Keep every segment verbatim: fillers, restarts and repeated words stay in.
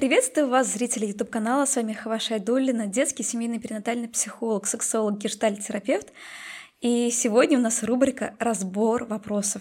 Приветствую вас, зрители YouTube-канала. С вами Хаваша Айдуллина, детский семейный перинатальный психолог, сексолог, гештальт-терапевт. И сегодня у нас рубрика «Разбор вопросов».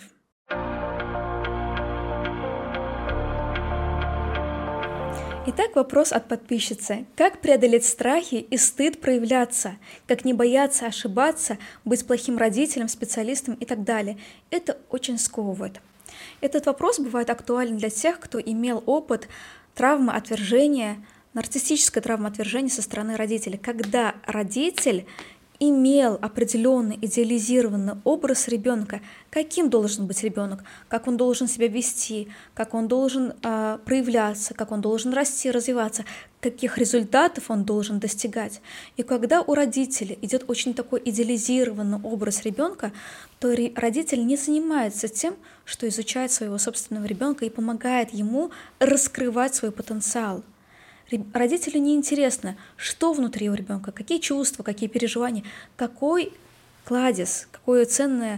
Итак, вопрос от подписчицы. Как преодолеть страхи и стыд проявляться? Как не бояться ошибаться, быть плохим родителем, специалистом и так далее? Это очень сковывает. Этот вопрос бывает актуален для тех, кто имел опыт травмы отвержения, нарциссической травмы отвержения со стороны родителей, когда родитель имел определенный идеализированный образ ребенка, каким должен быть ребенок, как он должен себя вести, как он должен э, проявляться, как он должен расти, развиваться, каких результатов он должен достигать. И когда у родителя идет очень такой идеализированный образ ребенка, то родитель не занимается тем, что изучает своего собственного ребенка и помогает ему раскрывать свой потенциал. Родителю не интересно, что внутри у ребенка, какие чувства, какие переживания, какой кладезь, какая ценная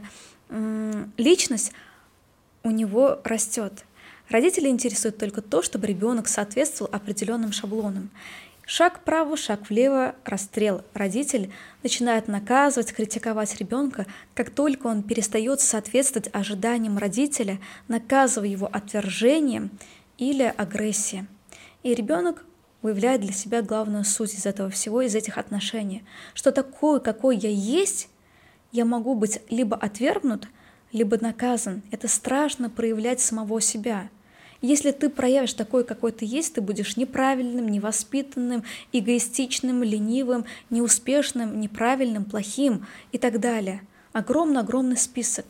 м- личность у него растет. Родителей интересует только то, чтобы ребенок соответствовал определенным шаблонам. Шаг вправо, шаг влево, расстрел. Родитель начинает наказывать, критиковать ребенка, как только он перестает соответствовать ожиданиям родителя, наказывая его отвержением или агрессией. И ребенок выявляет для себя главную суть из этого всего, из этих отношений. Что такое, какой я есть, я могу быть либо отвергнут, либо наказан. Это страшно проявлять самого себя. Если ты проявишь такой, какой ты есть, ты будешь неправильным, невоспитанным, эгоистичным, ленивым, неуспешным, неправильным, плохим и так далее. Огромный-огромный список.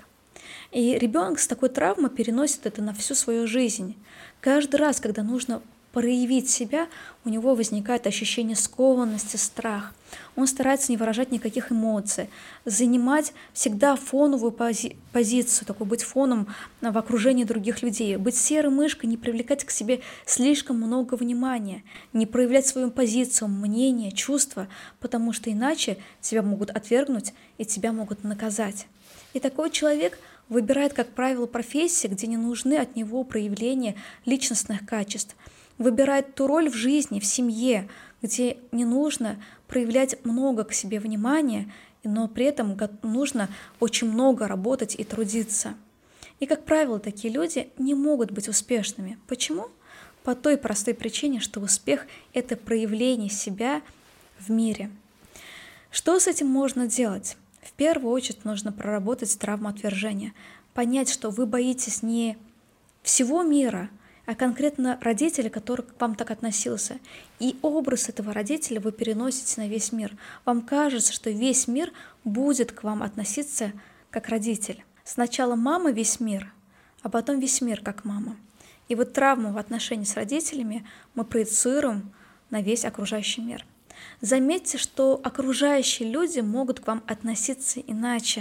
И ребенок с такой травмой переносит это на всю свою жизнь. Каждый раз, когда нужно проявить себя, у него возникает ощущение скованности, страх. Он старается не выражать никаких эмоций, занимать всегда фоновую пози- позицию, такой быть фоном в окружении других людей, быть серой мышкой, не привлекать к себе слишком много внимания, не проявлять свою позицию, мнение, чувства, потому что иначе тебя могут отвергнуть и тебя могут наказать. И такой человек выбирает, как правило, профессии, где не нужны от него проявления личностных качеств, выбирает ту роль в жизни, в семье, где не нужно проявлять много к себе внимания, но при этом нужно очень много работать и трудиться. И, как правило, такие люди не могут быть успешными. Почему? По той простой причине, что успех — это проявление себя в мире. Что с этим можно делать? В первую очередь нужно проработать травму отвержения, понять, что вы боитесь не всего мира, а конкретно родителя, который к вам так относился. И образ этого родителя вы переносите на весь мир. Вам кажется, что весь мир будет к вам относиться как родитель. Сначала мама весь мир, а потом весь мир как мама. И вот травму в отношении с родителями мы проецируем на весь окружающий мир. Заметьте, что окружающие люди могут к вам относиться иначе,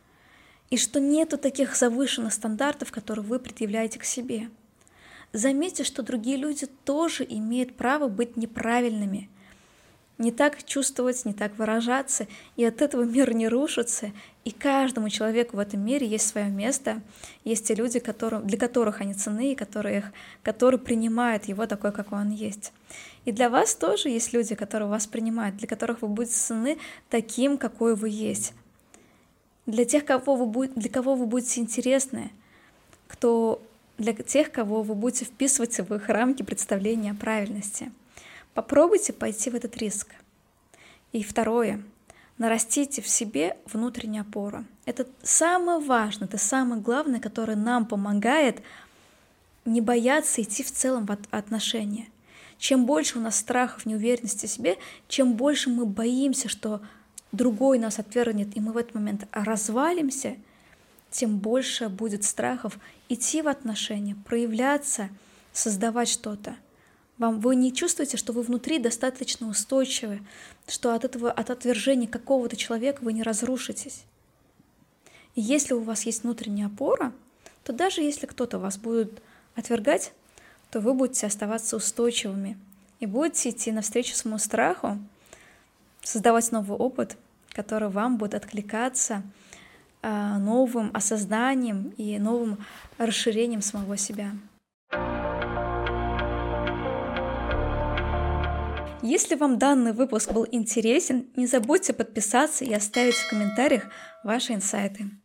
и что нету таких завышенных стандартов, которые вы предъявляете к себе. Заметьте, что другие люди тоже имеют право быть неправильными, не так чувствовать, не так выражаться, и от этого мир не рушится, и каждому человеку в этом мире есть свое место, есть те люди, которые, для которых они ценны, и которые, которые принимают его такой, какой он есть. И для вас тоже есть люди, которые вас принимают, для которых вы будете ценны таким, какой вы есть. Для тех, кого вы будете, для кого вы будете интересны, кто... для тех, кого вы будете вписываться в их рамки представления о правильности. Попробуйте пойти в этот риск. И второе. Нарастите в себе внутреннюю опору. Это самое важное, это самое главное, которое нам помогает не бояться идти в целом в отношения. Чем больше у нас страхов, неуверенности в себе, чем больше мы боимся, что другой нас отвергнет, и мы в этот момент развалимся, тем больше будет страхов идти в отношения, проявляться, создавать что-то. Вам, вы не чувствуете, что вы внутри достаточно устойчивы, что от этого, от отвержения какого-то человека вы не разрушитесь. И если у вас есть внутренняя опора, то даже если кто-то вас будет отвергать, то вы будете оставаться устойчивыми и будете идти навстречу своему страху, создавать новый опыт, который вам будет откликаться новым осознанием и новым расширением самого себя. Если вам данный выпуск был интересен, не забудьте подписаться и оставить в комментариях ваши инсайты.